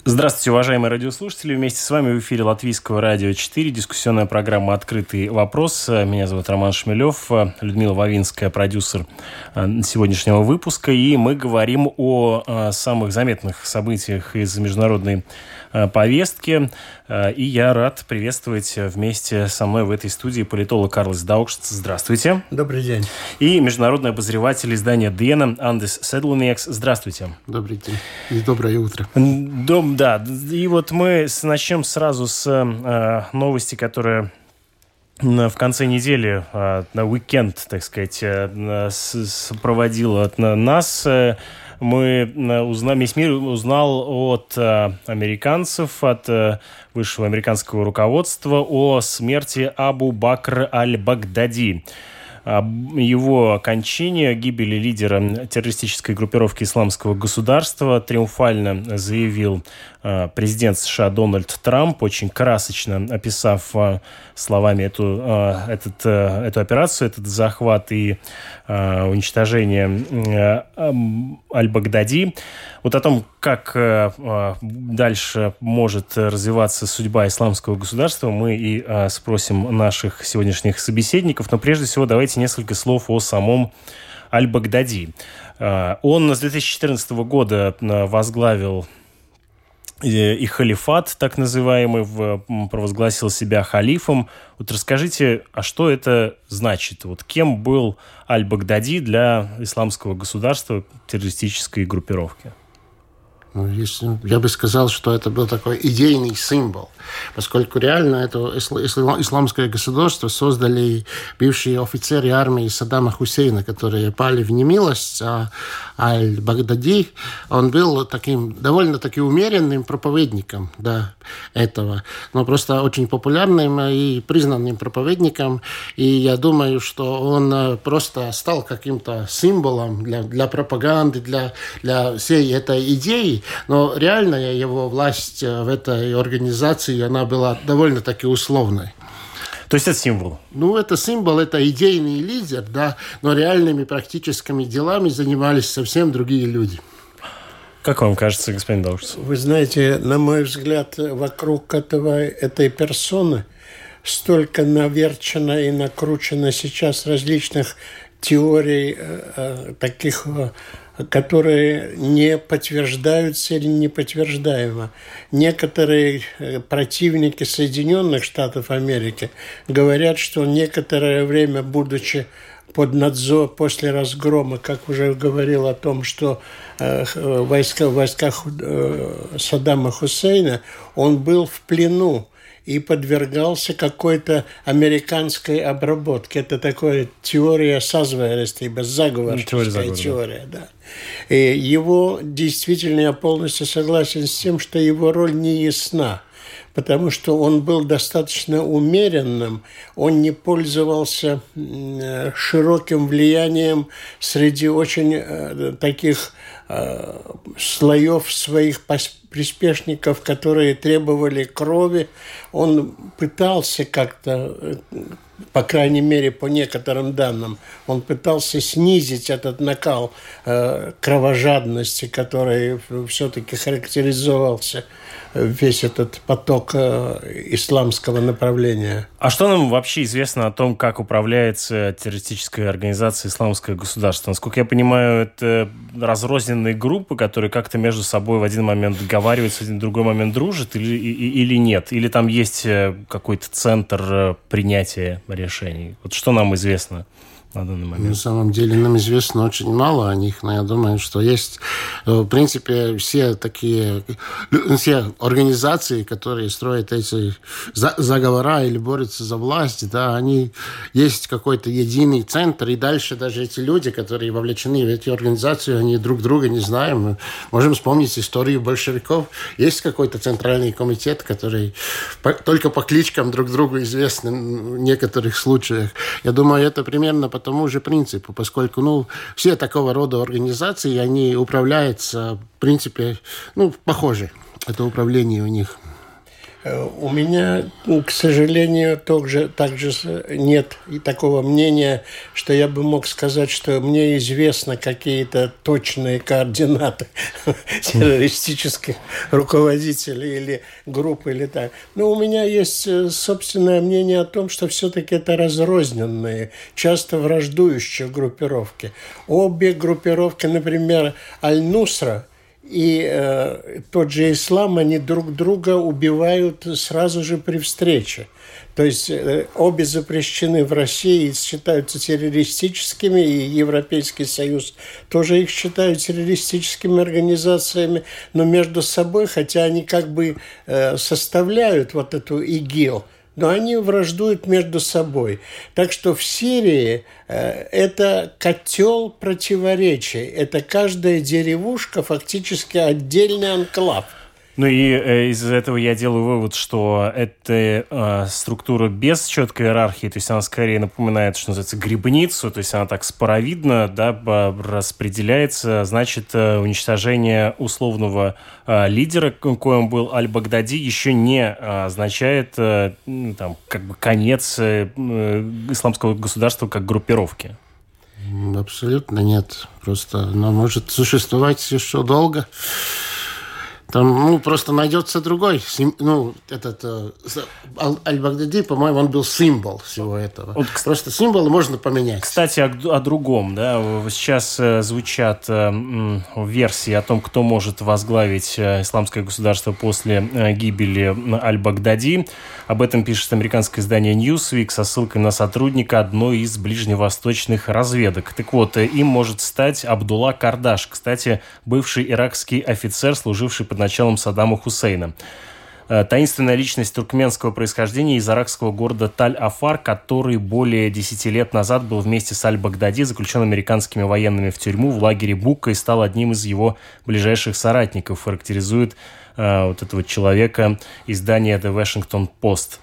Здравствуйте, уважаемые радиослушатели. Вместе с вами в эфире Латвийского радио 4, дискуссионная программа «Открытый вопрос». Меня зовут Роман Шмелев, Людмила Вавинская, продюсер сегодняшнего выпуска. И мы говорим о самых заметных событиях из международной повестки. И я рад приветствовать вместе со мной в этой студии политолог Карлос Даукшц. Здравствуйте. Добрый день. И международный обозреватель издания «Диена» Андис Седлуниекс. Здравствуйте. Добрый день. И доброе утро. Да, и вот мы начнем сразу с новости, которая в конце недели, на уикенд, так сказать, сопроводила нас. Весь мир узнал от американцев, от высшего американского руководства о смерти Абу Бакр аль-Багдади. Его кончине, гибели лидера террористической группировки Исламского государства триумфально заявил президент США Дональд Трамп, очень красочно описав словами эту операцию, этот захват и уничтожение аль-Багдади. Вот о том, как дальше может развиваться судьба Исламского государства, мы и спросим наших сегодняшних собеседников. Но прежде всего давайте несколько слов о самом аль-Багдади. Он с 2014 года возглавил и халифат, так называемый, провозгласил себя халифом. Вот расскажите, а что это значит? Вот кем был аль-Багдади для исламского государства, террористической группировки? Я бы сказал, что это был такой идейный символ, поскольку реально это исламское государство создали бывшие офицеры армии Саддама Хусейна, которые пали в немилость, а аль-Багдади, он был таким довольно-таки умеренным проповедником этого, но просто очень популярным и признанным проповедником, и я думаю, что он просто стал каким-то символом для пропаганды, для всей этой идеи. Но реальная его власть в этой организации, она была довольно-таки условной. То есть это символ? Это символ, это идейный лидер, но реальными практическими делами занимались совсем другие люди. Как вам кажется, господин Даукшц? Вы знаете, на мой взгляд, вокруг этой персоны столько наверчено и накручено сейчас различных теорий таких, которые не подтверждаются или не подтверждаемо. Некоторые противники Соединенных Штатов Америки говорят, что некоторое время, будучи под надзор после разгрома, как уже говорил о том, что в войсках Саддама Хусейна, он был в плену и подвергался какой-то американской обработке. Это такая теория созвездия, либо заговорческая теория. Да. И его действительно, я полностью согласен с тем, что его роль не ясна, потому что он был достаточно умеренным, он не пользовался широким влиянием среди очень таких слоев своих приспешников, которые требовали крови. Он пытался как-то, по крайней мере, по некоторым данным, он пытался снизить этот накал кровожадности, который все-таки характеризовался весь этот поток исламского направления. А что нам вообще известно о том, как управляется террористическая организация «Исламское государство»? Насколько я понимаю, это разрозненные группы, которые как-то между собой в один момент договариваются, в другой момент дружат или нет? Или там есть какой-то центр принятия решений? Вот что нам известно на данный момент? На самом деле нам известно очень мало о них, но я думаю, что есть, в принципе, все организации, которые строят эти заговора или борются за власть, они есть какой-то единый центр, и дальше даже эти люди, которые вовлечены в эти организации, они друг друга не знают. Мы можем вспомнить историю большевиков. Есть какой-то центральный комитет, который только по кличкам друг другу известен в некоторых случаях. Я думаю, это примерно по тому же принципу, поскольку все такого рода организации, они управляются, в принципе, похоже. Это управление у них. У меня, к сожалению, также нет и такого мнения, что я бы мог сказать, что мне известно какие-то точные координаты террористических руководителей или групп, или так. Но у меня есть собственное мнение о том, что все-таки это разрозненные, часто враждующие группировки. Обе группировки, например, Аль-Нусра и тот же ислам, они друг друга убивают сразу же при встрече. То есть обе запрещены в России и считаются террористическими, и Европейский Союз тоже их считают террористическими организациями, но между собой, хотя они как бы составляют вот эту ИГИЛ, но они враждуют между собой. Так что в Сирии это котел противоречий. Это каждая деревушка фактически отдельный анклав. Ну и из этого я делаю вывод, что это структура без четкой иерархии, то есть она скорее напоминает, что называется, грибницу, то есть она так споровидно, да, распределяется. Значит, уничтожение условного лидера, коим был Аль-Багдади, еще не означает там, как бы конец исламского государства как группировки. Абсолютно нет. Просто оно может существовать еще долго. Там, просто найдется другой. Аль-Багдади, по-моему, он был символ всего этого. Вот, просто символы можно поменять. Кстати, о другом. Да? Сейчас звучат версии о том, кто может возглавить исламское государство после гибели Аль-Багдади. Об этом пишет американское издание Newsweek со ссылкой на сотрудника одной из ближневосточных разведок. Так вот, им может стать Абдулла Кардаш. Кстати, бывший иракский офицер, служивший под началом Саддама Хусейна. Таинственная личность туркменского происхождения из иракского города Таль-Афар, который более 10 лет назад был вместе с Аль-Багдади заключен американскими военными в тюрьму в лагере Букка и стал одним из его ближайших соратников, характеризует вот этого человека издание The Washington Post.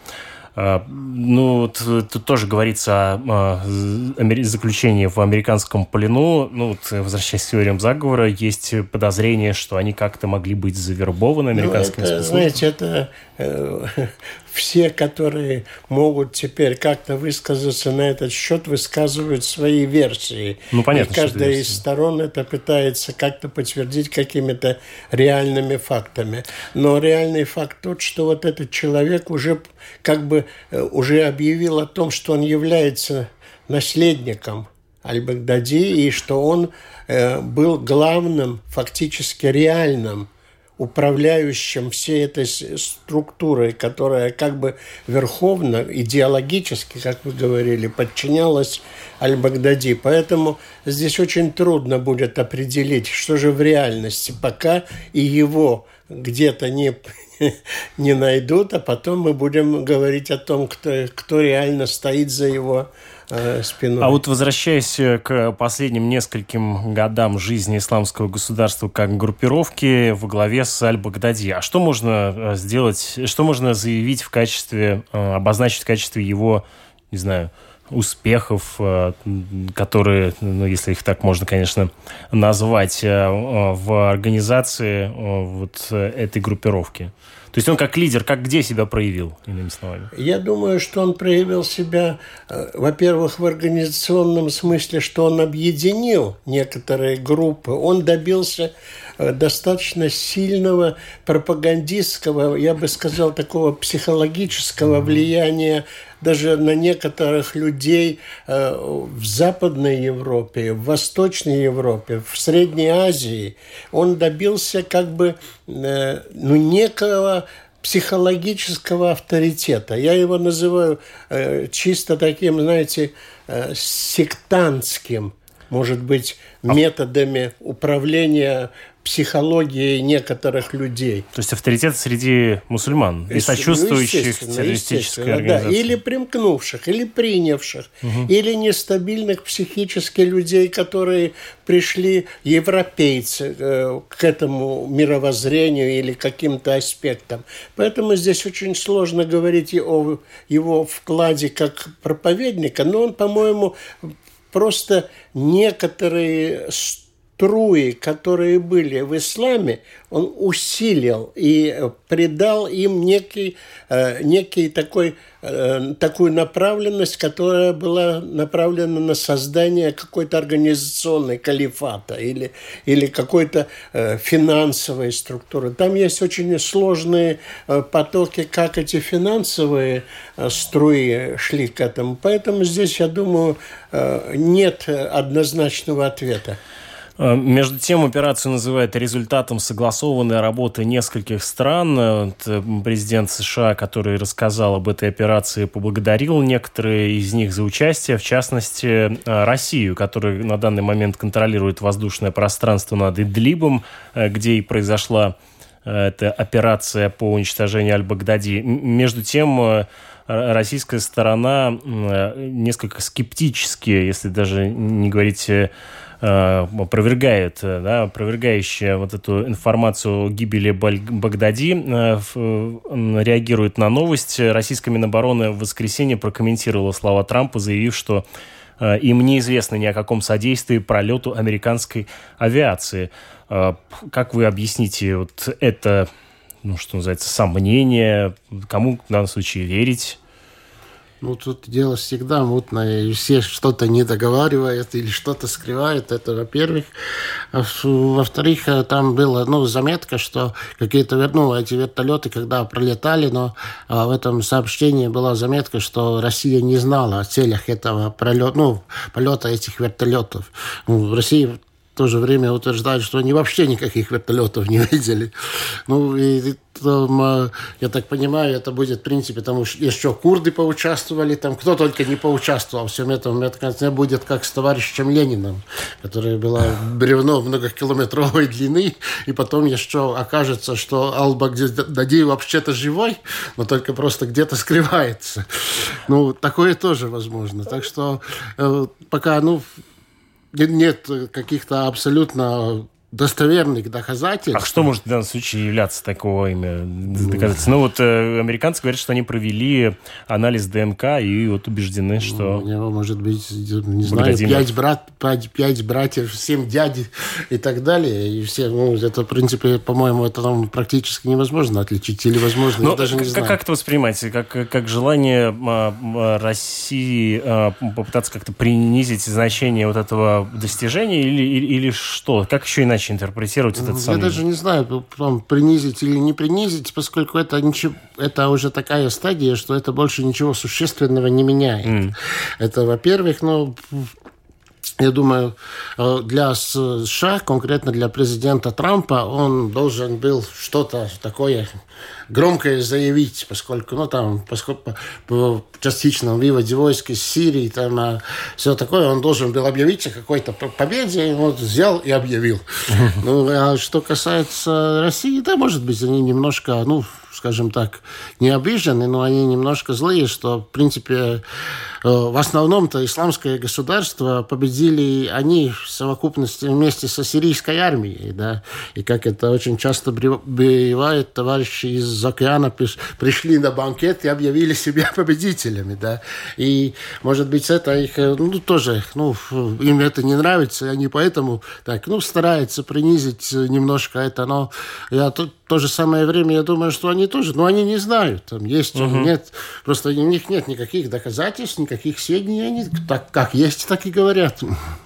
Тут тоже говорится о заключении в американском плену. Возвращаясь к теориям заговора, есть подозрение, что они как-то могли быть завербованы американскими спецслужбами. Знаете, это все, которые могут теперь как-то высказаться на этот счет, высказывают свои версии. Понятно, и каждая из сторон это пытается как-то подтвердить какими-то реальными фактами. Но реальный факт тот, что вот этот человек уже объявил о том, что он является наследником Аль-Багдади и что он был главным, фактически реальным управляющим всей этой структурой, которая как бы верховно, идеологически, как вы говорили, подчинялась Аль-Багдади. Поэтому здесь очень трудно будет определить, что же в реальности, пока и его где-то не найдут, а потом мы будем говорить о том, кто реально стоит за его спиной. А вот возвращаясь к последним нескольким годам жизни исламского государства как группировки во главе с Аль-Багдади, а что можно сделать, что можно заявить обозначить в качестве его, не знаю, успехов, которые, если их так можно, конечно, назвать, в организации вот этой группировки? То есть он как лидер, где себя проявил, иными словами? Я думаю, что он проявил себя, во-первых, в организационном смысле, что он объединил некоторые группы. Он добился достаточно сильного пропагандистского, я бы сказал, такого психологического влияния даже на некоторых людей в Западной Европе, в Восточной Европе, в Средней Азии. Он добился некого психологического авторитета. Я его называю чисто таким, знаете, сектантским, может быть, методами управления психологией некоторых людей. То есть авторитет среди мусульман и сочувствующих террористической организации. Да. Или примкнувших, или принявших, или нестабильных психически людей, которые пришли, европейцы, к этому мировоззрению или каким-то аспектам. Поэтому здесь очень сложно говорить о его вкладе как проповедника, но он, по-моему, просто некоторые струи, которые были в исламе, он усилил и придал им некий такую направленность, которая была направлена на создание какой-то организационной калифата или какой-то финансовой структуры. Там есть очень сложные потоки, как эти финансовые струи шли к этому. Поэтому здесь, я думаю, нет однозначного ответа. Между тем, операцию называют результатом согласованной работы нескольких стран. Президент США, который рассказал об этой операции, поблагодарил некоторые из них за участие, в частности, Россию, которая на данный момент контролирует воздушное пространство над Идлибом, где и произошла эта операция по уничтожению Аль-Багдади. Между тем, российская сторона несколько скептически, если даже не говорить опровергающая вот эту информацию о гибели Багдади, реагирует на новость. Российская Минобороны в воскресенье прокомментировала слова Трампа, заявив, что им неизвестно ни о каком содействии пролету американской авиации. Как вы объясните вот это, что называется, сомнение? Кому в данном случае верить? Тут дело всегда мутное, и все что-то не договаривают или что-то скрывают, это во-первых. Во-вторых, там была заметка, что какие-то эти вертолеты, когда пролетали, но в этом сообщении была заметка, что Россия не знала о целях этого полета этих вертолетов. В России в то же время утверждают, что они вообще никаких вертолетов не видели. И там, я так понимаю, это будет, в принципе, там еще курды поучаствовали, там кто только не поучаствовал в всем этом. Это будет как с товарищем Лениным, которое было бревно многокилометровой длины, и потом еще окажется, что Аль-Багдади вообще-то живой, но только просто где-то скрывается. Такое тоже возможно. Так что пока, нет каких-то абсолютно достоверных доказательств. А что может в данном случае являться такого доказательством? Американцы говорят, что они провели анализ ДНК и убеждены, что... У него может быть, не знаю, 5 братьев, 7 дядей и так далее. И все, это, в принципе, по-моему, это практически невозможно отличить. Или возможно, я даже не знаю. Как это воспринимаете? Как желание России попытаться как-то принизить значение вот этого достижения или что? Как еще иначе интерпретировать этот сомнение? Я даже не знаю, принизить или не принизить, поскольку это уже такая стадия, что это больше ничего существенного не меняет. Это, во-первых, я думаю, для США, конкретно для президента Трампа, он должен был что-то такое громкое заявить, поскольку по частичному выводе войск из Сирии, все такое, он должен был объявить о какой-то победе, и взял и объявил. А что касается России, да, может быть, они немножко, скажем так, не обижены, но они немножко злые, что, в принципе, в основном-то исламское государство победили они в совокупности вместе со сирийской армией, да, и как это очень часто бывает, товарищи из океана пришли на банкет и объявили себя победителями, да, и, может быть, это их, тоже, им это не нравится, и они поэтому так, стараются принизить немножко это, но я в то же самое время, я думаю, что они тоже, они не знают, там есть, нет, просто у них нет никаких доказательств, никаких сведений, они так как есть, так и говорят.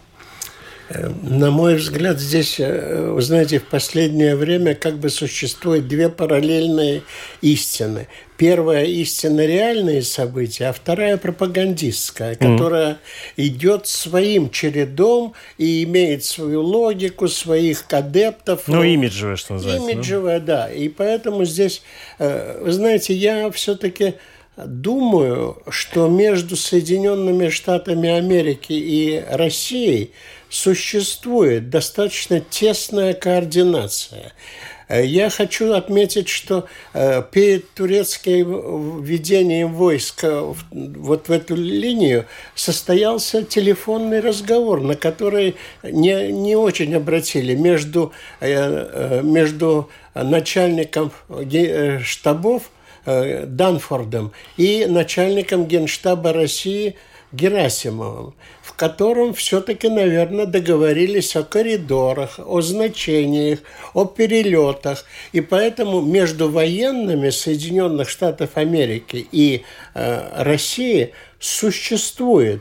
На мой взгляд, здесь, вы знаете, в последнее время существует две параллельные истины. Первая истина – реальные события, а вторая – пропагандистская, которая идет своим чередом и имеет свою логику, своих адептов. Имиджевая, что называется. Имиджевая, да. И поэтому здесь, вы знаете, я все-таки думаю, что между Соединенными Штатами Америки и Россией существует достаточно тесная координация. Я хочу отметить, что перед турецким введением войск в эту линию состоялся телефонный разговор, на который не очень обратили между начальником штабов Данфордом и начальником Генштаба России Герасимовым, в котором все-таки, наверное, договорились о коридорах, о значениях, о перелетах. И поэтому между военными Соединенных Штатов Америки и России существует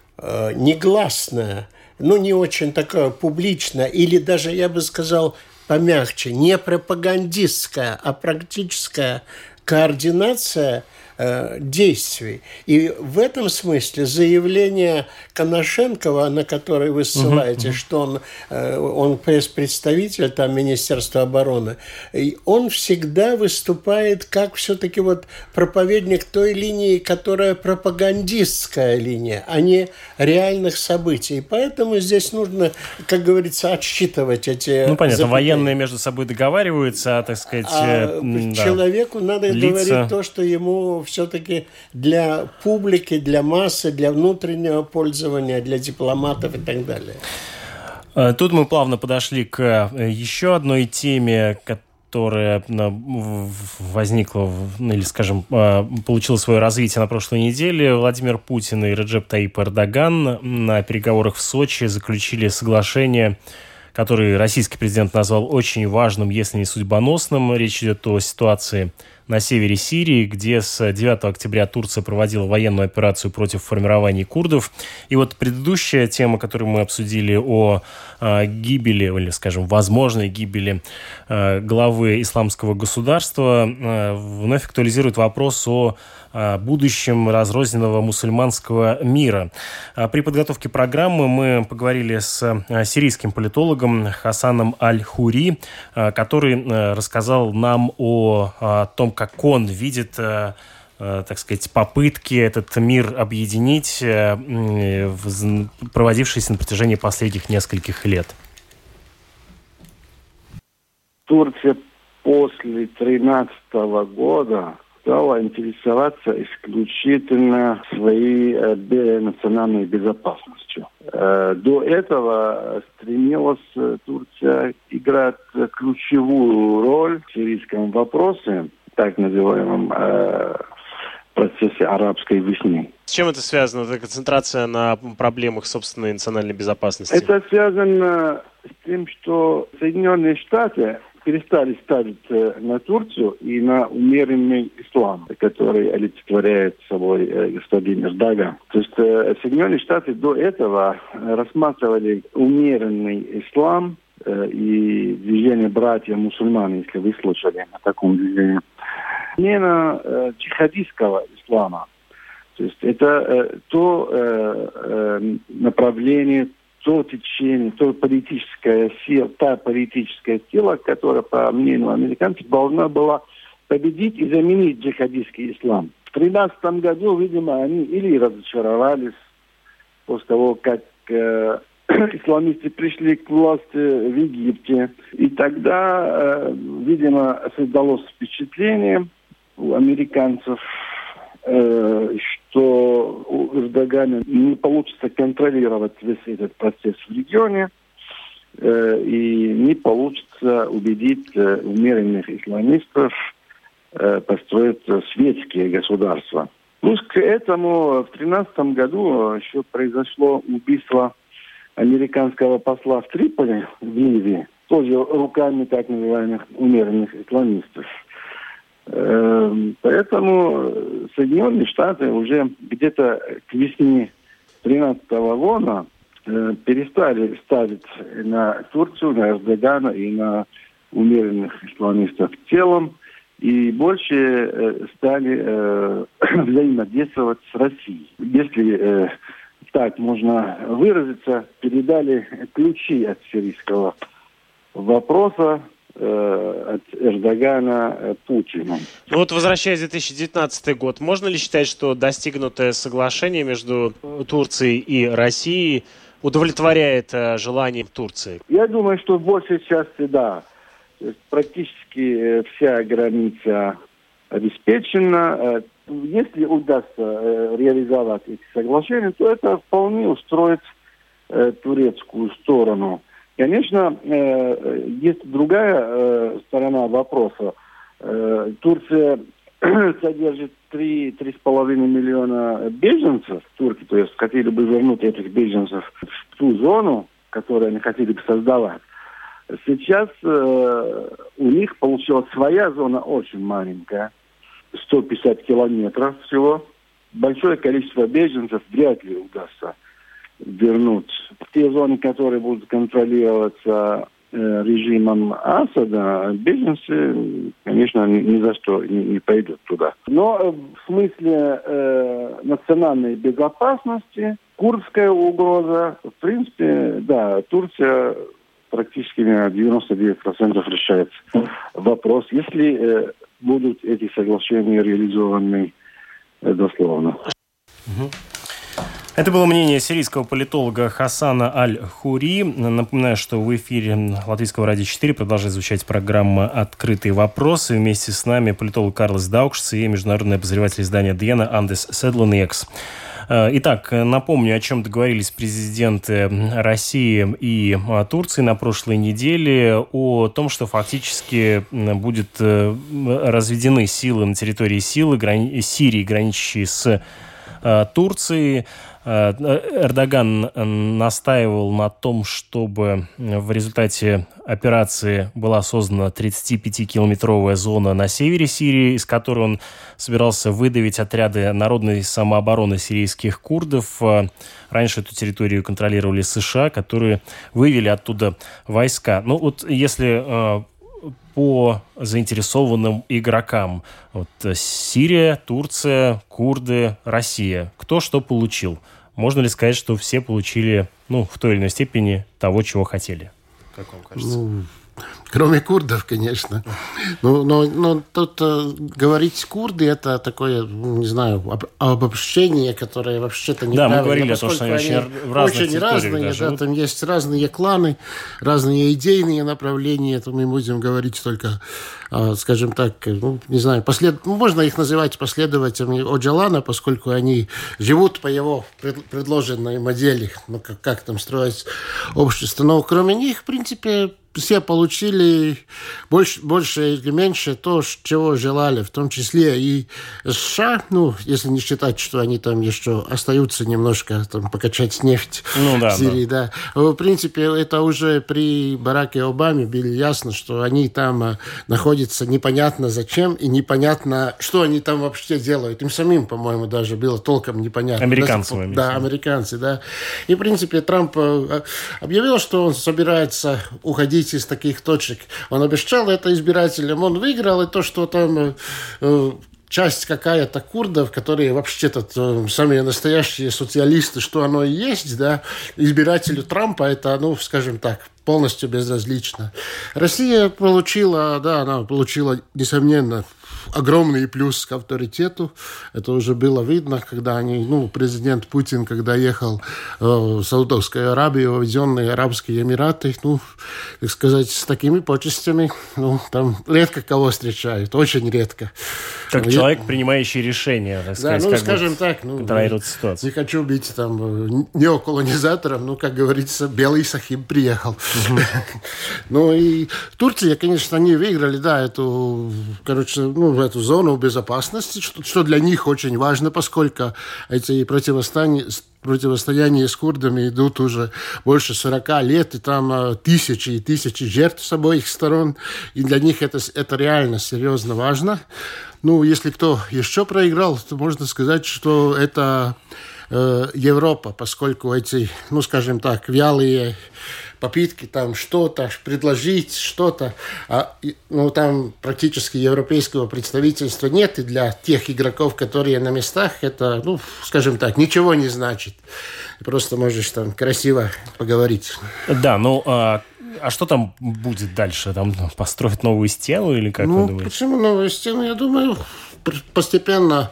негласная, не очень такая публичная, или даже, я бы сказал, помягче, не пропагандистская, а практическая координация действий. И в этом смысле заявление Коношенкова, на которое вы ссылаетесь, что он пресс-представитель там, Министерства обороны, он всегда выступает как все-таки проповедник той линии, которая пропагандистская линия, а не реальных событий. И поэтому здесь нужно, как говорится, отсчитывать эти... понятно, запятые. Военные между собой договариваются, так сказать... Человеку надо говорить то, что ему все-таки для публики, для массы, для внутреннего пользования, для дипломатов и так далее. Тут мы плавно подошли к еще одной теме, которая возникла, или, скажем, получила свое развитие на прошлой неделе. Владимир Путин и Реджеп Таyyip Эрдоган на переговорах в Сочи заключили соглашение, который российский президент назвал очень важным, если не судьбоносным. Речь идет о ситуации на севере Сирии, где с 9 октября Турция проводила военную операцию против формирования курдов. И предыдущая тема, которую мы обсудили, о гибели, или, скажем, возможной гибели главы исламского государства, вновь актуализирует вопрос о будущем разрозненного мусульманского мира. При подготовке программы мы поговорили с сирийским политологом Хасаном Аль-Хури, который рассказал нам о том, как он видит, так сказать, попытки этот мир объединить, проводившиеся на протяжении последних нескольких лет. Турция после 2013 года стала интересоваться исключительно своей национальной безопасностью. До этого стремилась Турция играть ключевую роль в сирийском вопросе, так называемом процессе арабской весны. С чем это связано, эта концентрация на проблемах собственной национальной безопасности? Это связано с тем, что Соединенные Штаты перестали ставить на Турцию и на умеренный ислам, который олицетворяет собой господин Эрдоган. То есть Соединенные Штаты до этого рассматривали умеренный ислам и движение братья-мусульмане, если вы слышали о таком движении, не на джихадистского ислама. То есть это то направление, то течение, та политическая сила, которая, по мнению американцев, должна была победить и заменить джихадистский ислам. В 2013 году, видимо, они или разочаровались после того, как исламисты пришли к власти в Египте. И тогда, видимо, создалось впечатление у американцев, что у Эрдогана не получится контролировать весь этот процесс в регионе и не получится убедить умеренных исламистов построить светские государства. Плюс к этому в 2013 году еще произошло убийство американского посла в Триполи, в Ливии, тоже руками так называемых умеренных исламистов. Поэтому Соединенные Штаты уже где-то к весне 2013 года перестали ставить на Турцию, на Эрдогана и на умеренных исламистов в целом, и больше стали взаимодействовать с Россией. Если так можно выразиться, передали ключи от сирийского вопроса от Эрдогана Путину. Возвращаясь в 2019 год, можно ли считать, что достигнутое соглашение между Турцией и Россией удовлетворяет желаниям Турции? Я думаю, что в большей части да. То есть практически вся граница обеспечена. Если удастся реализовать эти соглашения, то это вполне устроит турецкую сторону. Конечно, есть другая сторона вопроса. Турция содержит 3,5 миллиона беженцев в Турции, то есть хотели бы вернуть этих беженцев в ту зону, которую они хотели бы создавать. Сейчас у них получилась своя зона очень маленькая, 150 километров всего. Большое количество беженцев вряд ли удастся вернуть. Те зоны, которые будут контролироваться режимом Асада, беженцы, конечно, ни за что не пойдут туда. Но в смысле национальной безопасности, курдская угроза, в принципе, да, Турция практически на 99% решает вопрос, если будут эти соглашения реализованы дословно. Это было мнение сирийского политолога Хасана Аль-Хури. Напоминаю, что в эфире Латвийского радио 4 продолжает звучать программа «Открытые вопросы». Вместе с нами политолог Карлис Даукшс и международный обозреватель издания «Диена» Андес Седланиекс. Итак, напомню, о чем договорились президенты России и Турции на прошлой неделе, о том, что фактически будут разведены силы на территории Сирии, граничащие с Турции. Эрдоган настаивал на том, чтобы в результате операции была создана 35-километровая зона на севере Сирии, из которой он собирался выдавить отряды народной самообороны сирийских курдов. Раньше эту территорию контролировали США, которые вывели оттуда войска. Ну вот если по заинтересованным игрокам. Вот Сирия, Турция, курды, Россия. Кто что получил? Можно ли сказать, что все получили, в той или иной степени того, чего хотели? Как вам кажется? Кроме курдов, конечно. Но тут говорить курды, это такое, не знаю, обобщение, которое вообще-то неправильно. Да, мы говорили о том, что они очень в разных территориях да, там есть разные кланы, разные идейные направления. Это мы будем говорить только, скажем так, не знаю, можно их называть последователями Оджалана, поскольку они живут по его предложенной модели, как там строить общество. Но кроме них, в принципе, все получили больше или меньше то, чего желали, в том числе и США, если не считать, что они там еще остаются немножко там, покачать нефть в Сирии. Да. В принципе, это уже при Бараке Обаме было ясно, что они там находятся непонятно зачем и непонятно, что они там вообще делают. Им самим, по-моему, даже было толком непонятно. Американцы. Да, американцы, да. И, в принципе, Трамп объявил, что он собирается уходить из таких точек. Он обещал это избирателям, он выиграл, и то, что там часть какая-то курдов, которые вообще-то самые настоящие социалисты, что оно и есть, да, избирателю Трампа это, скажем так, полностью безразлично. Россия получила, она получила, несомненно, огромный плюс к авторитету. Это уже было видно, когда президент Путин, когда ехал в Саудовскую Аравию, в Объединенные Арабские Эмираты, так сказать, с такими почестями, там редко кого встречают, очень редко. Как человек, принимающий решения, так сказать, как скажем так, контролирует ситуацию. Не хочу быть там неоколонизатором, как говорится, белый Сахиб приехал. И Турция, конечно, они выиграли, эту зону безопасности, что для них очень важно, поскольку эти противостояния с курдами идут уже больше 40 лет, и там тысячи и тысячи жертв с обоих сторон, и для них это реально серьезно важно. Если кто еще проиграл, то можно сказать, что это Европа, поскольку эти, скажем так, вялые попытки там что-то предложить, что-то, там практически европейского представительства нет, и для тех игроков, которые на местах, это, скажем так, ничего не значит. Просто можешь там красиво поговорить. Да, а что там будет дальше? Там построить новую стену или как вы думаете? Почему новую стену? Я думаю, постепенно.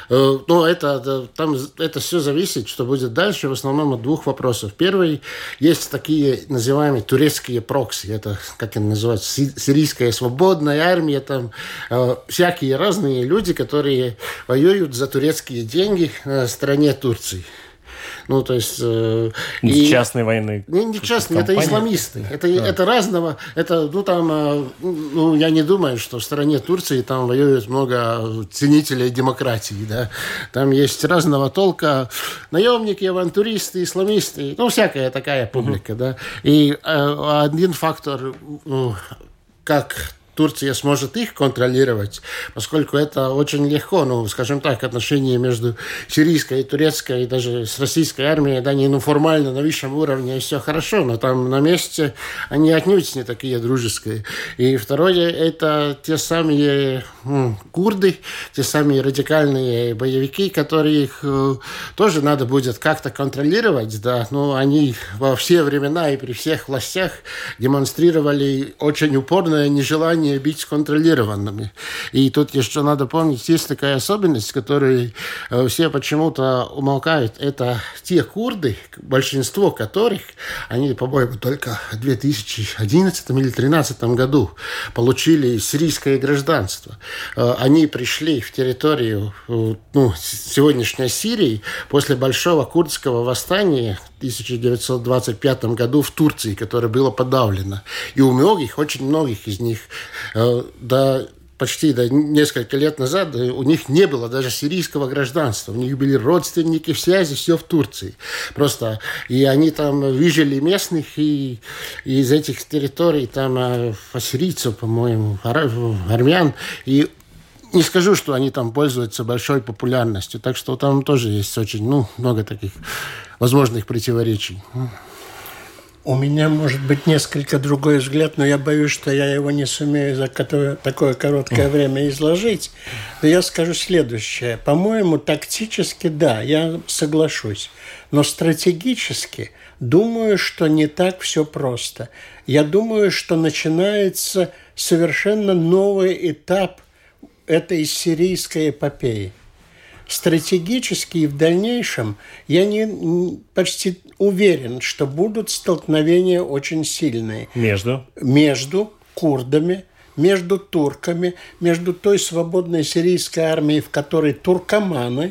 Это все зависит, что будет дальше, в основном от двух вопросов. Первый, есть такие называемые турецкие прокси, это, как они называются, сирийская свободная армия, там всякие разные люди, которые воюют за турецкие деньги на стороне Турции. Ну, то есть... Частные военные... Не частные, это исламисты. Это разного... Это, я не думаю, что в стороне Турции там воюет много ценителей демократии, да. Там есть разного толка наемники, авантюристы, исламисты, всякая такая публика, да. И один фактор, как Турция сможет их контролировать, поскольку это очень легко, скажем так, отношения между сирийской и турецкой, и даже с российской армией, да, формально на высшем уровне, и все хорошо, но там на месте они отнюдь не такие дружеские. И второе, это те самые курды, те самые радикальные боевики, которых тоже надо будет как-то контролировать, да, но они во все времена и при всех властях демонстрировали очень упорное нежелание быть контролированными. И тут еще надо помнить, есть такая особенность, которую все почему-то умолкают. Это те курды, большинство которых, они, по-моему, только в 2011 или 2013 году получили сирийское гражданство. Они пришли в территорию сегодняшней Сирии после большого курдского восстания в 1925 году в Турции, которое было подавлено. И у многих, очень многих из них почти до несколько лет назад у них не было даже сирийского гражданства. У них были родственники, связи, все в Турции. Просто и они там выжили местных, и из этих территорий там ассирийцев, по-моему, армян, и не скажу, что они там пользуются большой популярностью. Так что там тоже есть очень много таких возможных противоречий. У меня, может быть, несколько другой взгляд, но я боюсь, что я его не сумею за такое короткое время изложить. Но я скажу следующее. По-моему, тактически, да, я соглашусь. Но стратегически думаю, что не так все просто. Я думаю, что начинается совершенно новый этап этой сирийской эпопеи. Стратегически и в дальнейшем я почти уверен, что будут столкновения очень сильные. Между курдами, между турками, между той свободной сирийской армией, в которой туркоманы,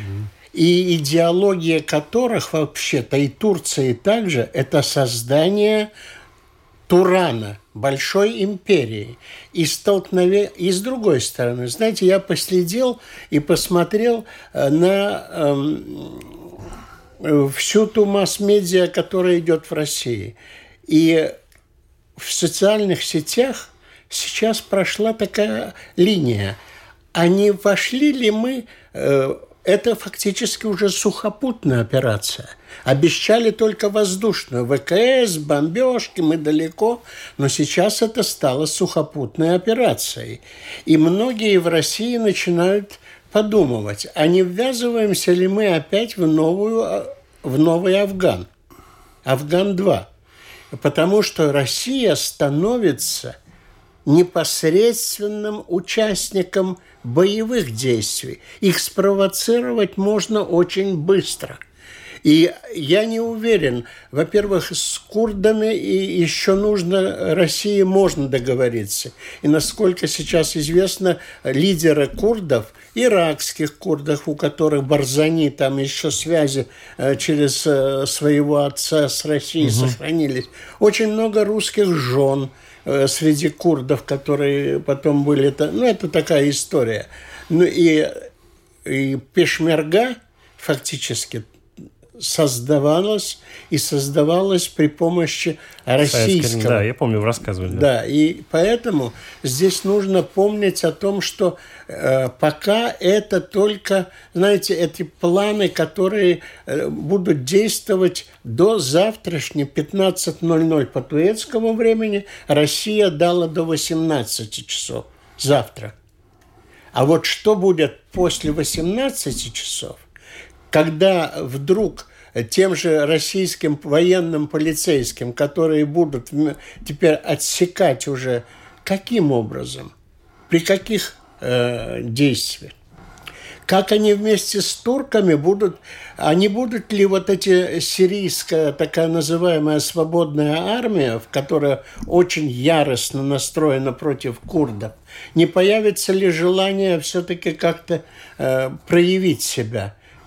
и идеология которых вообще-то и Турции также, это создание Турана, большой империи, и столкновение. И с другой стороны, знаете, я последил и посмотрел на всю ту масс-медиа, которая идет в России. И в социальных сетях сейчас прошла такая линия. А не вошли ли мы... Это фактически уже сухопутная операция. Обещали только воздушную. ВКС, бомбежки, мы далеко. Но сейчас это стало сухопутной операцией. И многие в России начинают подумывать, а не ввязываемся ли мы опять в новый Афган? Афган-2. Потому что Россия становится непосредственным участником боевых действий. Их спровоцировать можно очень быстро. И я не уверен, во-первых, с курдами и еще России можно договориться. И насколько сейчас известно, лидеры курдов, иракских курдов, у которых Барзани, там еще связи через своего отца с Россией сохранились, очень много русских жен среди курдов, которые потом были... это такая история. И пешмерга фактически создавалась при помощи российского. Да, я помню, вы рассказывали. Да, и поэтому здесь нужно помнить о том, что пока это только, знаете, эти планы, которые будут действовать до завтрашнего 15:00 по турецкому времени, Россия дала до 18 часов завтра. А вот что будет после 18 часов, когда вдруг тем же российским военным полицейским, которые будут теперь отсекать уже, каким образом, при каких действиях, как они вместе с турками будут ли вот эти сирийская, такая называемая свободная армия, которая очень яростно настроена против курдов, не появится ли желание все-таки как-то проявить себя?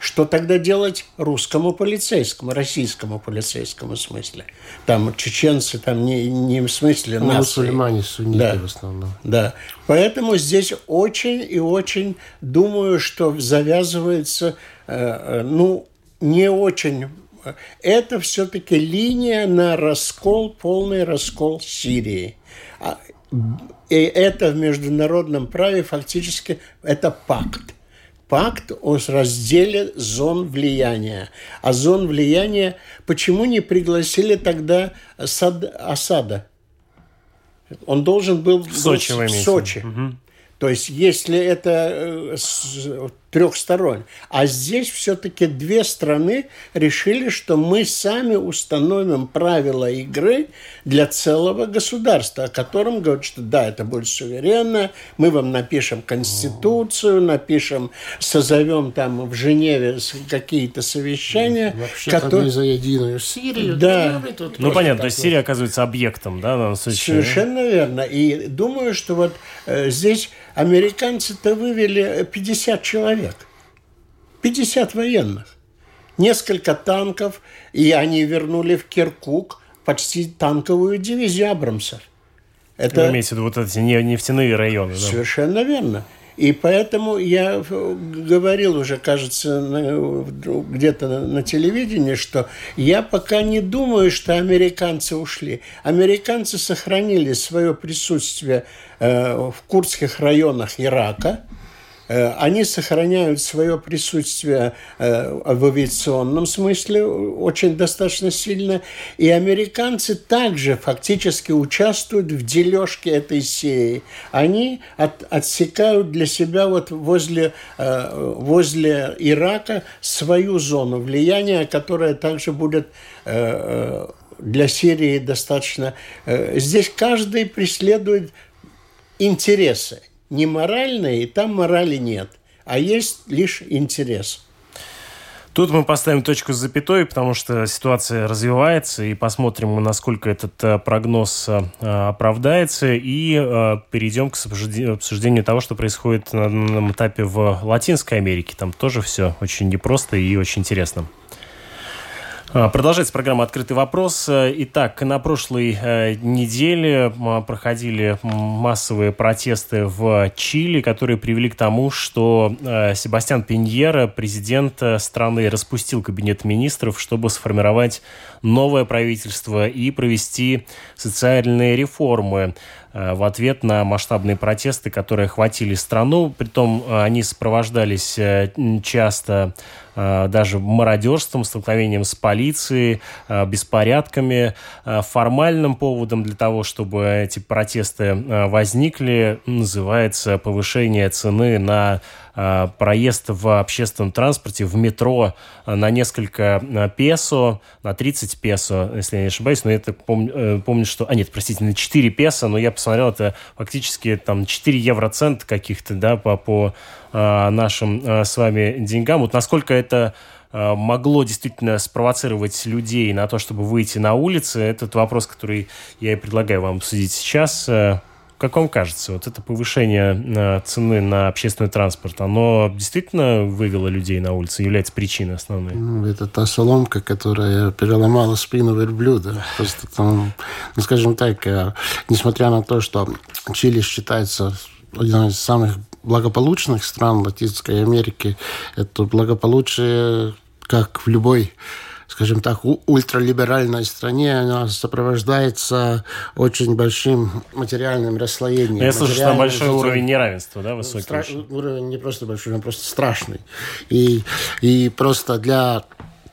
Что тогда делать русскому полицейскому, российскому полицейскому в смысле? Там чеченцы, там не в смысле нации. Мусульмане, сунниты в основном. Да. Поэтому здесь очень и очень думаю, что завязывается, не очень. Это все-таки линия на раскол, полный раскол Сирии. И это в международном праве фактически это пакт. Пакт о разделе зон влияния. А зон влияния... Почему не пригласили тогда Асада? Он должен был в Сочи. Угу. То есть, если это трехсторонне. А здесь все-таки две страны решили, что мы сами установим правила игры для целого государства, о котором говорят, что да, это будет суверенно, мы вам напишем конституцию, созовем там в Женеве какие-то совещания. Вообще-то за единую Сирию. Да. Понятно, то есть Сирия оказывается объектом, да, в данном случае. Совершенно верно. И думаю, что вот здесь американцы-то вывели 50 человек. 50 военных. Несколько танков, и они вернули в Киркук почти танковую дивизию Абрамсов. Вы имеете в виду вот эти нефтяные районы, да? Совершенно верно. И поэтому я говорил уже, кажется, где-то на телевидении, что я пока не думаю, что американцы ушли. Американцы сохранили свое присутствие в курдских районах Ирака. Они сохраняют свое присутствие в авиационном смысле очень достаточно сильно. И американцы также фактически участвуют в дележке этой Сирии. Они отсекают для себя вот возле Ирака свою зону влияния, которая также будет для Сирии достаточно... Здесь каждый преследует интересы. Не моральные, и там морали нет, а есть лишь интерес. Тут мы поставим точку с запятой, потому что ситуация развивается, и посмотрим, насколько этот прогноз оправдается, и перейдем к обсуждению того, что происходит на данном этапе в Латинской Америке. Там тоже все очень непросто и очень интересно. Продолжается программа «Открытый вопрос». Итак, на прошлой неделе проходили массовые протесты в Чили, которые привели к тому, что Себастьян Пиньера, президент страны, распустил кабинет министров, чтобы сформировать новое правительство и провести социальные реформы в ответ на масштабные протесты, которые охватили страну. Притом они сопровождались часто даже мародерством, столкновением с полицией, беспорядками. Формальным поводом для того, чтобы эти протесты возникли, называется повышение цены на проезд в общественном транспорте, в метро на несколько песо, на 30 песо, если я не ошибаюсь, но я так помню, что... на 4 песо, но я посмотрел, это фактически там 4 евроцента каких-то, да, по нашим с вами деньгам. Вот насколько это могло действительно спровоцировать людей на то, чтобы выйти на улицы, этот вопрос, который я и предлагаю вам обсудить сейчас. Как вам кажется, вот это повышение цены на общественный транспорт, оно действительно вывело людей на улицы, является причиной основной? Это та соломка, которая переломала спину верблюда. Просто там, скажем так, несмотря на то, что Чили считается одной из самых благополучных стран Латинской Америки, это благополучие, как в любой, скажем так, ультралиберальной стране, она сопровождается очень большим материальным расслоением. Я слышу, что там большой уровень неравенства, да, высокий? Уровень не просто большой, он просто страшный. И просто для...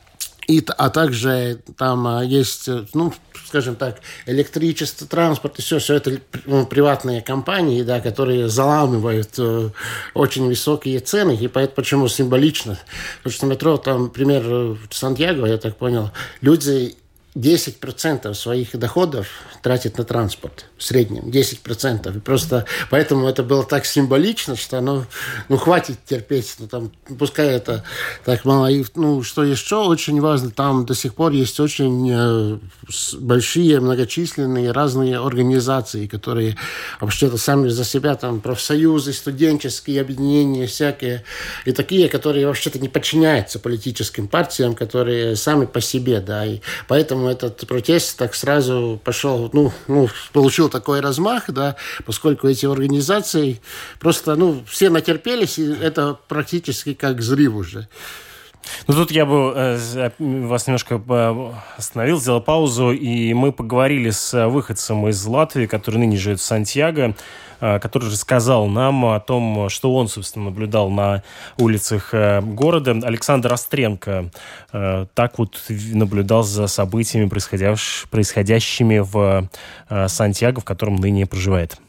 А также там есть, скажем так, электричество, транспорт и все это приватные компании, да, которые заламывают очень высокие цены, и поэтому почему символично. Потому что метро, там, например, в Сантьяго, я так понял, люди 10% своих доходов тратит на транспорт. В среднем 10%. И просто поэтому это было так символично, что хватит терпеть. Пускай это так мало. И, что еще очень важно, там до сих пор есть очень большие, многочисленные разные организации, которые вообще-то сами за себя, там профсоюзы, студенческие объединения всякие, и такие, которые вообще-то не подчиняются политическим партиям, которые сами по себе, да, и поэтому этот протест так сразу пошел, получил такой размах, да, поскольку эти организации просто, все натерпелись, и это практически как взрыв уже. Тут я бы вас немножко остановил, сделал паузу, и мы поговорили с выходцем из Латвии, который ныне живет в Сантьяго, который рассказал нам о том, что он, собственно, наблюдал на улицах города. Александр Остренко так вот наблюдал за событиями, происходящими в Сантьяго, в котором ныне проживает.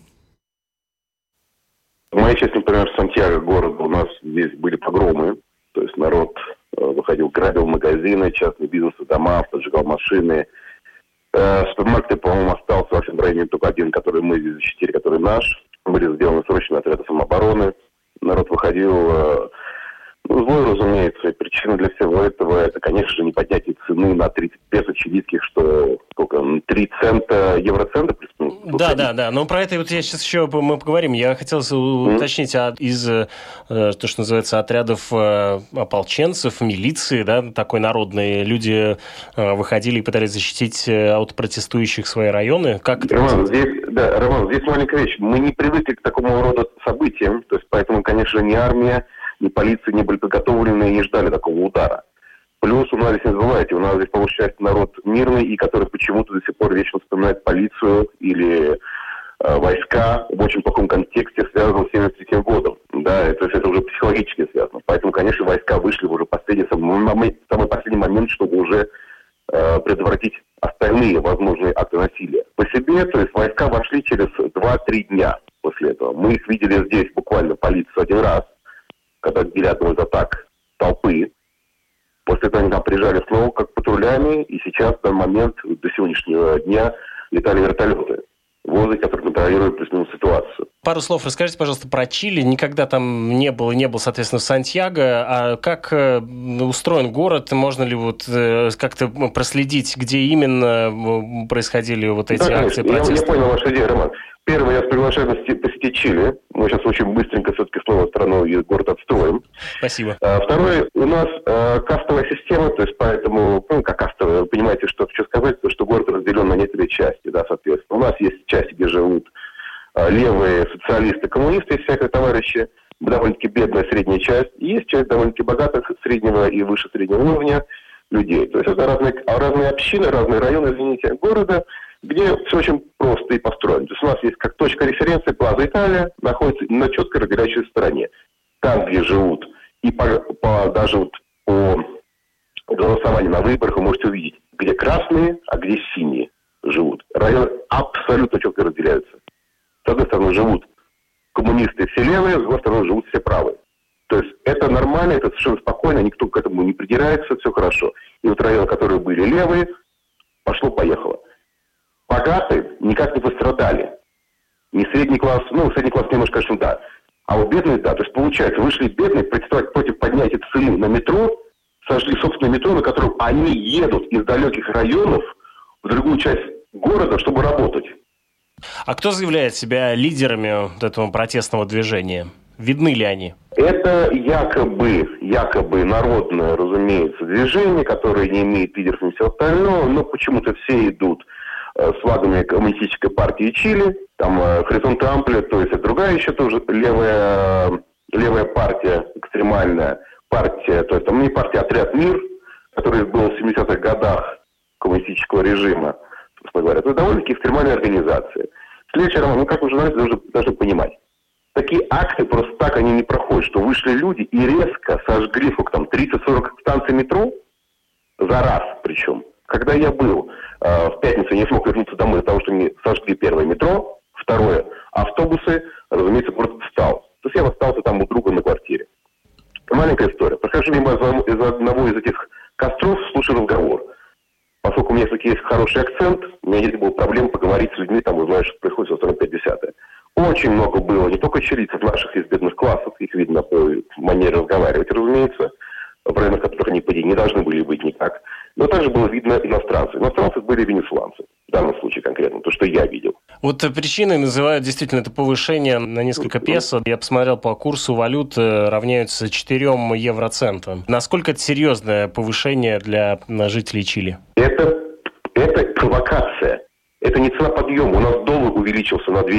В моей части, например, Сантьяго, город, у нас здесь были погромы, то есть народ выходил, грабил магазины, частные бизнесы, дома, поджигал машины. Супермаркеты, по-моему, остался во всем районе только один, который мы здесь защитили, который наш. Были сделаны срочные отряды самообороны. Народ выходил, злой, разумеется. И причина для всего этого, это, конечно же, не поднятие цены на 30 песо чилийских, что сколько, 3 цента, евроцента. Да. Но про это вот я сейчас еще мы поговорим. Я хотел уточнить, из то, что называется, отрядов ополченцев, милиции, да, такой народные люди выходили и пытались защитить от протестующих свои районы. Как это Роман, здесь маленькая вещь. Мы не привыкли к такому роду событиям, то есть поэтому, конечно, ни армия, ни полиция не были подготовлены и не ждали такого удара. Плюс у нас здесь, не забывайте, у нас здесь, получается, народ мирный, и который почему-то до сих пор вечно вспоминает полицию или войска в очень плохом контексте, связанном с 1973 годом. Да, то есть это уже психологически связано. Поэтому, конечно, войска вышли в уже самый последний момент, чтобы уже предотвратить остальные возможные акты насилия. По себе, то есть войска вошли через 2-3 дня после этого. Мы их видели здесь буквально полицию один раз, когда отбили одну из атак толпы. После этого они там приезжали снова как патрулями, и сейчас в данный момент, до сегодняшнего дня, летали вертолеты в воздухе, которые контролируют плюс-минус ситуацию. Пару слов расскажите, пожалуйста, про Чили. Никогда там не был, соответственно, в Сантьяго. А как устроен город? Можно ли как-то проследить, где именно происходили эти акции протеста? Я понял вашу идею, Роман. Первое, я вас приглашаю посетить Чили. Мы сейчас очень быстренько все-таки снова страну и город отстроим. Спасибо. Второе, у нас кастовая система, то есть поэтому, как кастовая, вы понимаете, что хочу сказать, что город разделен на некоторые части, да, соответственно. У нас есть части, где живут левые социалисты, коммунисты и всякие товарищи, довольно-таки бедная средняя часть, и есть часть довольно-таки богатых, среднего и выше среднего уровня людей. То есть это разные общины, разные районы, города, где все очень просто и построено. То есть у нас есть как точка референции Плаза Италия, находится на четко разделяющей стороне. Там, где живут, и даже по голосованию на выборах вы можете увидеть, где красные, а где синие живут. Районы абсолютно четко разделяются. С одной стороны живут коммунисты все левые, с другой стороны живут все правые. То есть это нормально, это совершенно спокойно, никто к этому не придирается, все хорошо. И районы, которые были левые, пошло-поехало. Богатые никак не пострадали. Не средний класс, средний класс немножко, конечно, да. А бедные, да. То есть, получается, вышли бедные протестовать против поднятия цены на метро, сожгли собственное метро, на котором они едут из далеких районов в другую часть города, чтобы работать. А кто заявляет себя лидерами этого протестного движения? Видны ли они? Это якобы народное, разумеется, движение, которое не имеет лидеров и все остальное, но почему-то все идут с флагами коммунистической партии Чили, там Хоризонт Ампле, то есть это другая еще тоже левая партия, экстремальная партия, то есть там не партия, Отряд Мир, который был в 70-х годах коммунистического режима, собственно говоря. Это довольно-таки экстремальная организация. Следующий роман, как вы журналисты должны понимать, такие акты просто так они не проходят, что вышли люди и резко сожгли, 30-40 станций метро за раз причем. Когда я был в пятницу, я не смог вернуться домой из-за того, что мне сожгли первое метро, второе автобусы, разумеется, город встал. То есть я остался там у друга на квартире. Маленькая история. Прохожу мимо из одного из этих костров, слушаю разговор. Поскольку у меня все-таки есть хороший акцент, у меня не было проблем поговорить с людьми, там, узнать, что происходит со стороны 50-е. Очень много было не только чилийцев наших из бедных классов, их видно по манере разговаривать, разумеется, в районах, которых они, по идее, не должны были быть никак. Но также было видно иностранцы. Иностранцы были венесуэльцы, в данном случае конкретно, то, что я видел. Вот причиной называют действительно это повышение на несколько песо. Я посмотрел по курсу валют, равняются 4 евроцентам. Насколько это серьезное повышение для жителей Чили? Это провокация. Это не цена подъема. У нас доллар увеличился на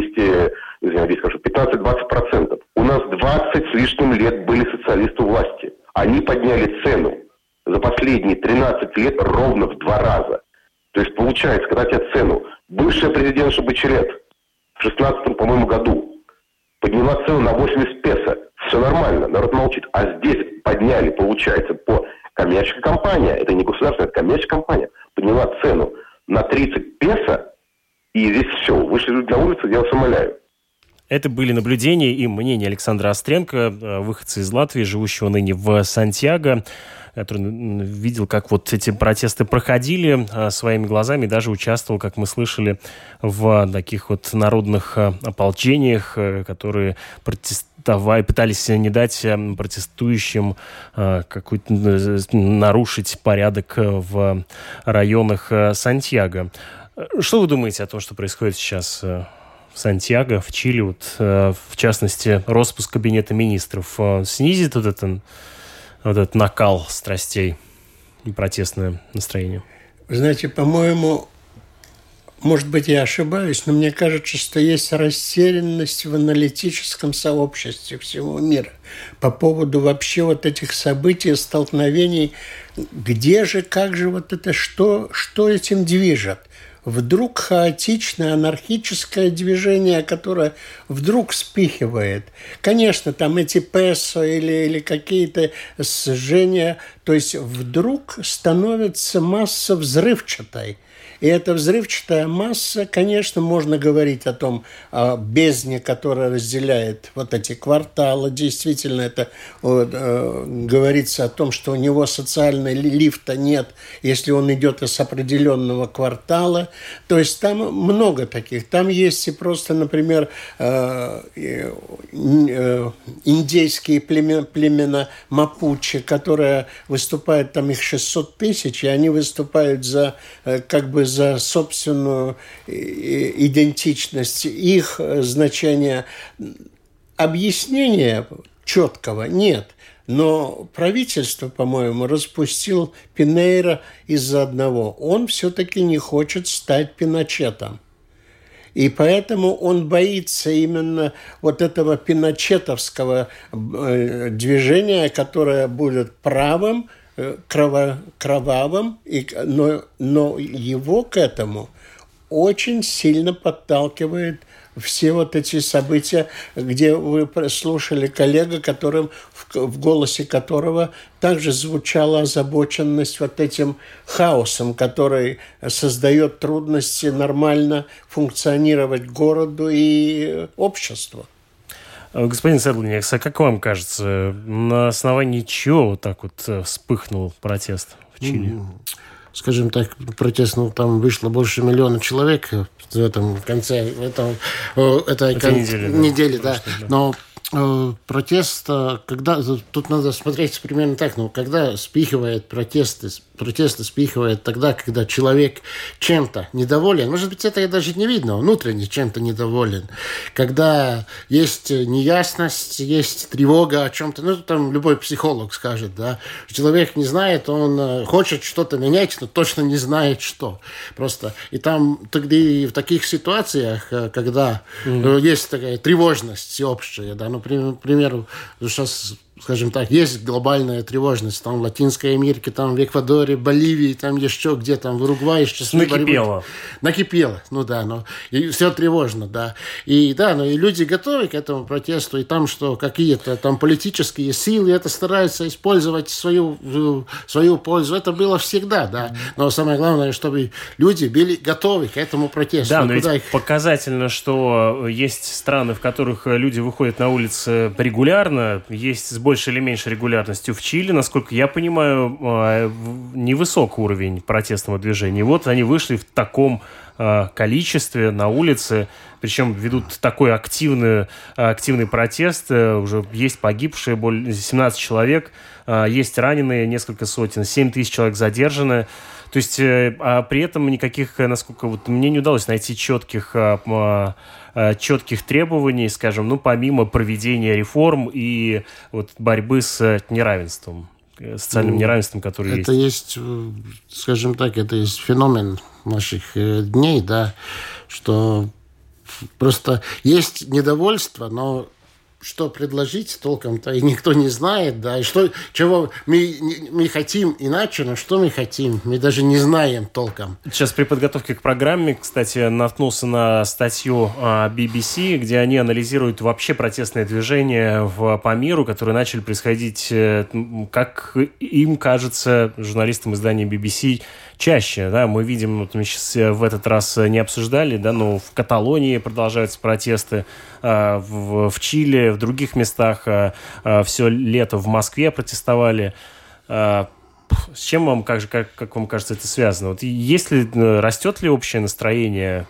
15-20%. У нас 20 с лишним лет были социалисты у власти. Они подняли цену за последние 13 лет ровно в 2 раза. То есть получается, когда тебе цену бывшая президентша Бачелет в 16-м, по-моему, году подняла цену на 80 песо. Все нормально, народ молчит. А здесь подняли, получается, по коммерческая компания, это не государственная, это коммерческая компания, подняла цену на 30 песо, и здесь все. Вышли люди на улицу, я вас умоляю. Это были наблюдения и мнения Александра Остренко, выходца из Латвии, живущего ныне в Сантьяго, который видел, как вот эти протесты проходили своими глазами, даже участвовал, как мы слышали, в таких вот народных ополчениях, которые пытались не дать протестующим нарушить порядок в районах Сантьяго. Что вы думаете о том, что происходит сейчас в Сантьяго, в Чили, вот, в частности, распуск кабинета министров снизит вот этот накал страстей и протестное настроение? Вы знаете, по-моему, может быть, я ошибаюсь, но мне кажется, что есть растерянность в аналитическом сообществе всего мира по поводу вообще вот этих событий, столкновений. Где же, как же вот это, что этим движет? Вдруг хаотичное, анархическое движение, которое вдруг вспыхивает. Конечно, там эти песо или какие-то сжения, то есть вдруг становится масса взрывчатой. И эта взрывчатая масса, конечно, можно говорить о бездне, которая разделяет вот эти кварталы. Действительно, это говорится о том, что у него социального лифта нет, если он идет из определенного квартала. То есть там много таких. Там есть и просто, например, индейские племена Мапучи, которые выступают, там их 600 тысяч, и они выступают за собственную идентичность, их значение. Объяснения четкого нет. Но правительство, по-моему, распустил Пинейра из-за одного. Он все-таки не хочет стать Пиночетом. И поэтому он боится именно вот этого пиночетовского движения, которое будет правым, кровавым, но его к этому очень сильно подталкивает все вот эти события, где вы слушали коллега, в голосе которого также звучала озабоченность вот этим хаосом, который создает трудности нормально функционировать городу и обществу. Господин Седлинекс, а как вам кажется, на основании чего вот так вот вспыхнул протест в Чили? Скажем так, протест, там вышло больше 1 миллиона человек в этом конце этой недели, да. Но протест, тут надо смотреть примерно так, когда спихивает протесты спихивает тогда, когда человек чем-то недоволен, может быть, это даже не видно, внутренне чем-то недоволен, когда есть неясность, есть тревога о чем-то, там любой психолог скажет, да, человек не знает, он хочет что-то менять, но точно не знает, что. Просто, и там тогда и в таких ситуациях, когда есть такая тревожность всеобщая, да, к примеру, сейчас, скажем так, есть глобальная тревожность там в Латинской Америке, там в Эквадоре, Боливии, там еще где, там в Уругвае. Накипело, и все тревожно, да. И люди готовы к этому протесту, и там, что какие-то там политические силы это стараются использовать в свою пользу. Это было всегда, да. Но самое главное, чтобы люди были готовы к этому протесту. Да, но ведь показательно, что есть страны, в которых люди выходят на улицы регулярно, есть с большей или меньшей регулярностью. В Чили, насколько я понимаю, невысок уровень протестного движения. И вот они вышли в таком количестве на улице, причем ведут такой активный протест. Уже есть погибшие, более 17 человек, есть раненые, несколько сотен, 7 тысяч человек задержаны. То есть, а при этом никаких, насколько вот мне не удалось найти четких требований, скажем, помимо проведения реформ и вот борьбы с неравенством, социальным неравенством, которое есть. Это есть, скажем так, это есть феномен наших дней, да, что просто есть недовольство, но что предложить толком-то и никто не знает, да, и чего мы хотим иначе, но что мы хотим, мы даже не знаем толком. Сейчас при подготовке к программе, кстати, наткнулся на статью BBC, где они анализируют вообще протестные движения по миру, которые начали происходить, как им кажется, журналистам издания BBC, чаще, да, мы видим, вот мы сейчас в этот раз не обсуждали, да, но в Каталонии продолжаются протесты, в Чили, в других местах все лето в Москве протестовали. С чем вам, как вам кажется, это связано? Вот растет ли общее настроение,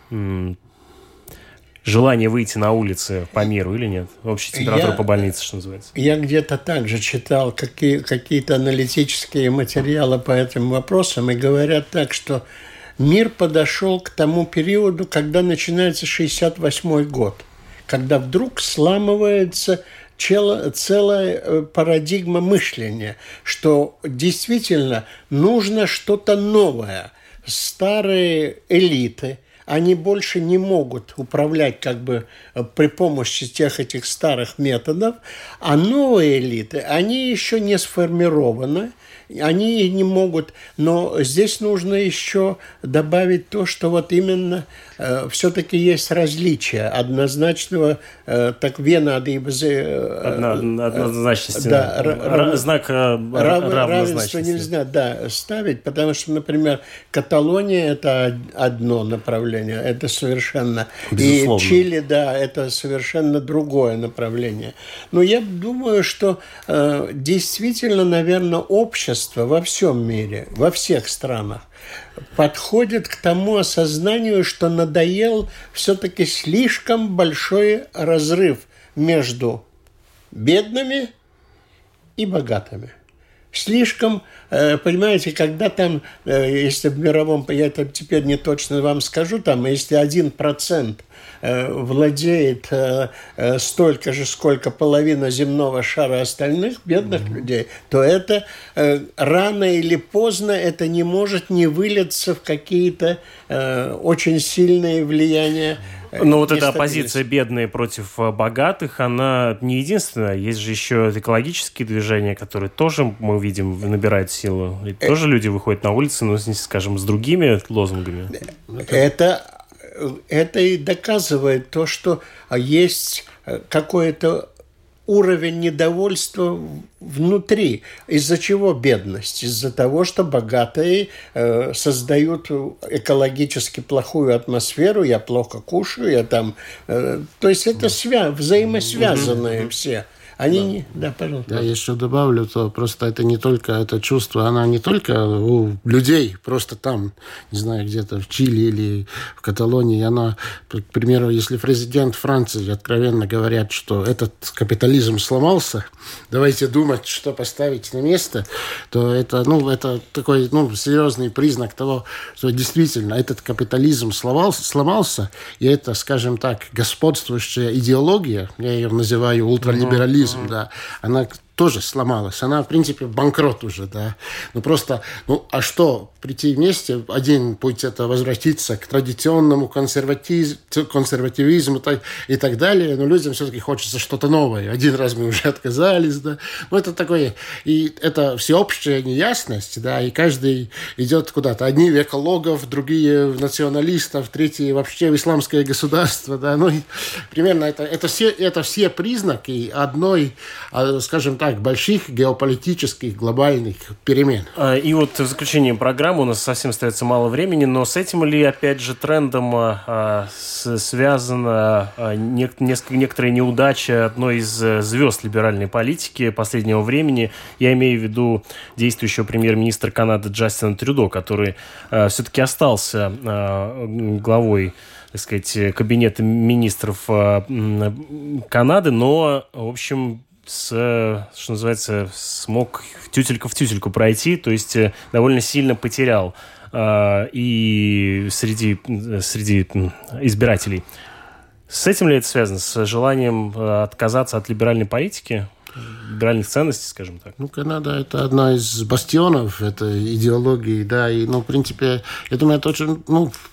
желание выйти на улицы по миру или нет? Общая температура по больнице, что называется. Я где-то также читал какие-то аналитические материалы по этим вопросам, и говорят так, что мир подошел к тому периоду, когда начинается 1968 год, когда вдруг сламывается целая парадигма мышления, что действительно нужно что-то новое. Старые элиты, они больше не могут управлять при помощи этих старых методов, а новые элиты, они еще не сформированы, они не могут, но здесь нужно еще добавить то, что вот именно все-таки есть различия однозначного, так однозначности, да, знак равенства нельзя ставить, потому что, например, Каталония – это одно направление, это совершенно, безусловно. И Чили, да, это совершенно другое направление. Но я думаю, что действительно, наверное, общество во всем мире, во всех странах подходит к тому осознанию, что надоел все-таки слишком большой разрыв между бедными и богатыми. Слишком, понимаете, когда там, если в мировом, я это теперь не точно вам скажу, там, если 1% владеет столько же, сколько половина земного шара остальных бедных людей, то это рано или поздно это не может не вылиться в какие-то очень сильные влияния. Но вот эта оппозиция бедные против богатых, она не единственная. Есть же еще экологические движения, которые тоже, мы видим, набирают силу. И тоже люди выходят на улицы, но, скажем, с другими лозунгами. Это и доказывает то, что есть какой-то уровень недовольства внутри. Из-за чего бедность? Из-за того, что богатые создают экологически плохую атмосферу, я плохо кушаю, я там... то есть это взаимосвязанные все. Они... Да, пожалуйста. Я еще добавлю, то просто это не только это чувство, она не только у людей, просто там, не знаю, где-то в Чили или в Каталонии, она, к примеру, если президент Франции откровенно говорят, что этот капитализм сломался, давайте думать, что поставить на место, то это, это такой, серьезный признак того, что действительно этот капитализм сломался, и это, скажем так, господствующая идеология, я ее называю ультралиберализм, да, она тоже сломалась. Она, в принципе, банкрот уже, да. Просто, а что? Прийти вместе, один путь это возвратиться к традиционному консервативизму и так далее, но людям все-таки хочется что-то новое. Один раз мы уже отказались, да. Это такое, и это всеобщая неясность, да, и каждый идет куда-то. Одни в экологов, другие в националистов, третьи вообще в исламское государство, да. И примерно это все признаки одной, скажем так, так, больших геополитических глобальных перемен. И вот в заключение программы, у нас совсем остается мало времени, но с этим ли, опять же, трендом связана некоторая неудача одной из звезд либеральной политики последнего времени? Я имею в виду действующего премьер-министра Канады Джастина Трюдо, который все-таки остался главой, так сказать, кабинета министров Канады, но, в общем, что называется, смог тютелька в тютельку пройти, то есть довольно сильно потерял и среди избирателей. С этим ли это связано? С желанием отказаться от либеральной политики? Либеральных ценностей, скажем так. Канада – это одна из бастионов этой идеологии, да, и, в принципе, я думаю, это очень,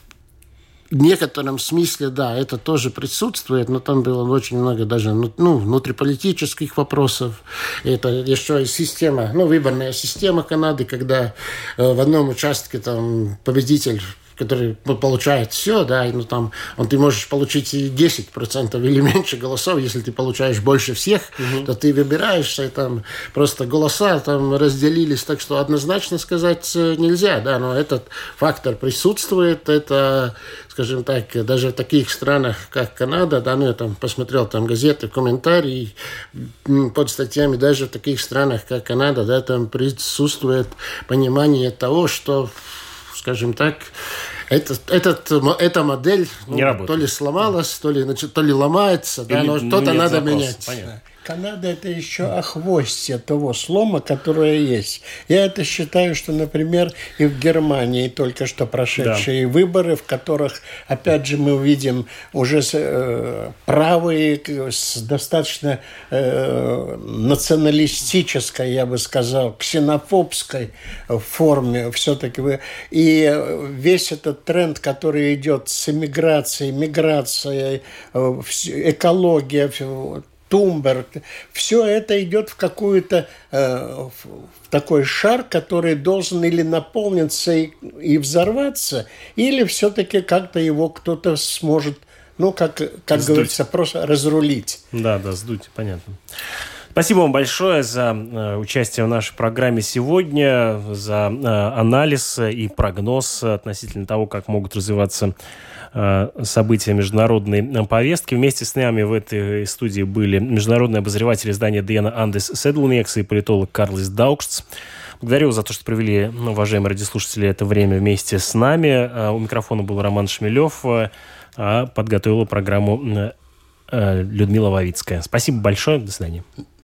в некотором смысле, да, это тоже присутствует, но там было очень много даже внутриполитических вопросов. Это еще и система, выборная система Канады, когда в одном участке там победитель, который получает все, да, ты можешь получить и 10% или меньше голосов, если ты получаешь больше всех, то ты выбираешься, и там просто голоса там разделились, так что однозначно сказать нельзя, да, но этот фактор присутствует, это, скажем так, даже в таких странах, как Канада, да, я там посмотрел там газеты, комментарии под статьями, даже в таких странах, как Канада, да, там присутствует понимание того, что, скажем так, эта модель то ли сломалась, то ли ломается, да, но что-то надо менять. Понятно. Канада – это еще охвостье того слома, которое есть. Я это считаю, что, например, и в Германии только что прошедшие выборы, в которых, опять же, мы увидим уже правые, с достаточно националистической, я бы сказал, ксенофобской форме все-таки. И весь этот тренд, который идет с эмиграцией, миграцией, экология, Тумберг, все это идет в какую-то в такой шар, который должен или наполниться и взорваться, или все-таки как-то его кто-то сможет, как говорится, просто разрулить. Да, сдуть, понятно. Спасибо вам большое за участие в нашей программе сегодня, за анализ и прогноз относительно того, как могут развиваться события международной повестки. Вместе с нами в этой студии были международный обозреватель издания Диена Андес Седлнекс и политолог Карлис Даукштс. Благодарю за то, что провели, уважаемые радиослушатели, это время вместе с нами. У микрофона был Роман Шмелев, а подготовила программу Людмила Вавицкая. Спасибо большое. До свидания.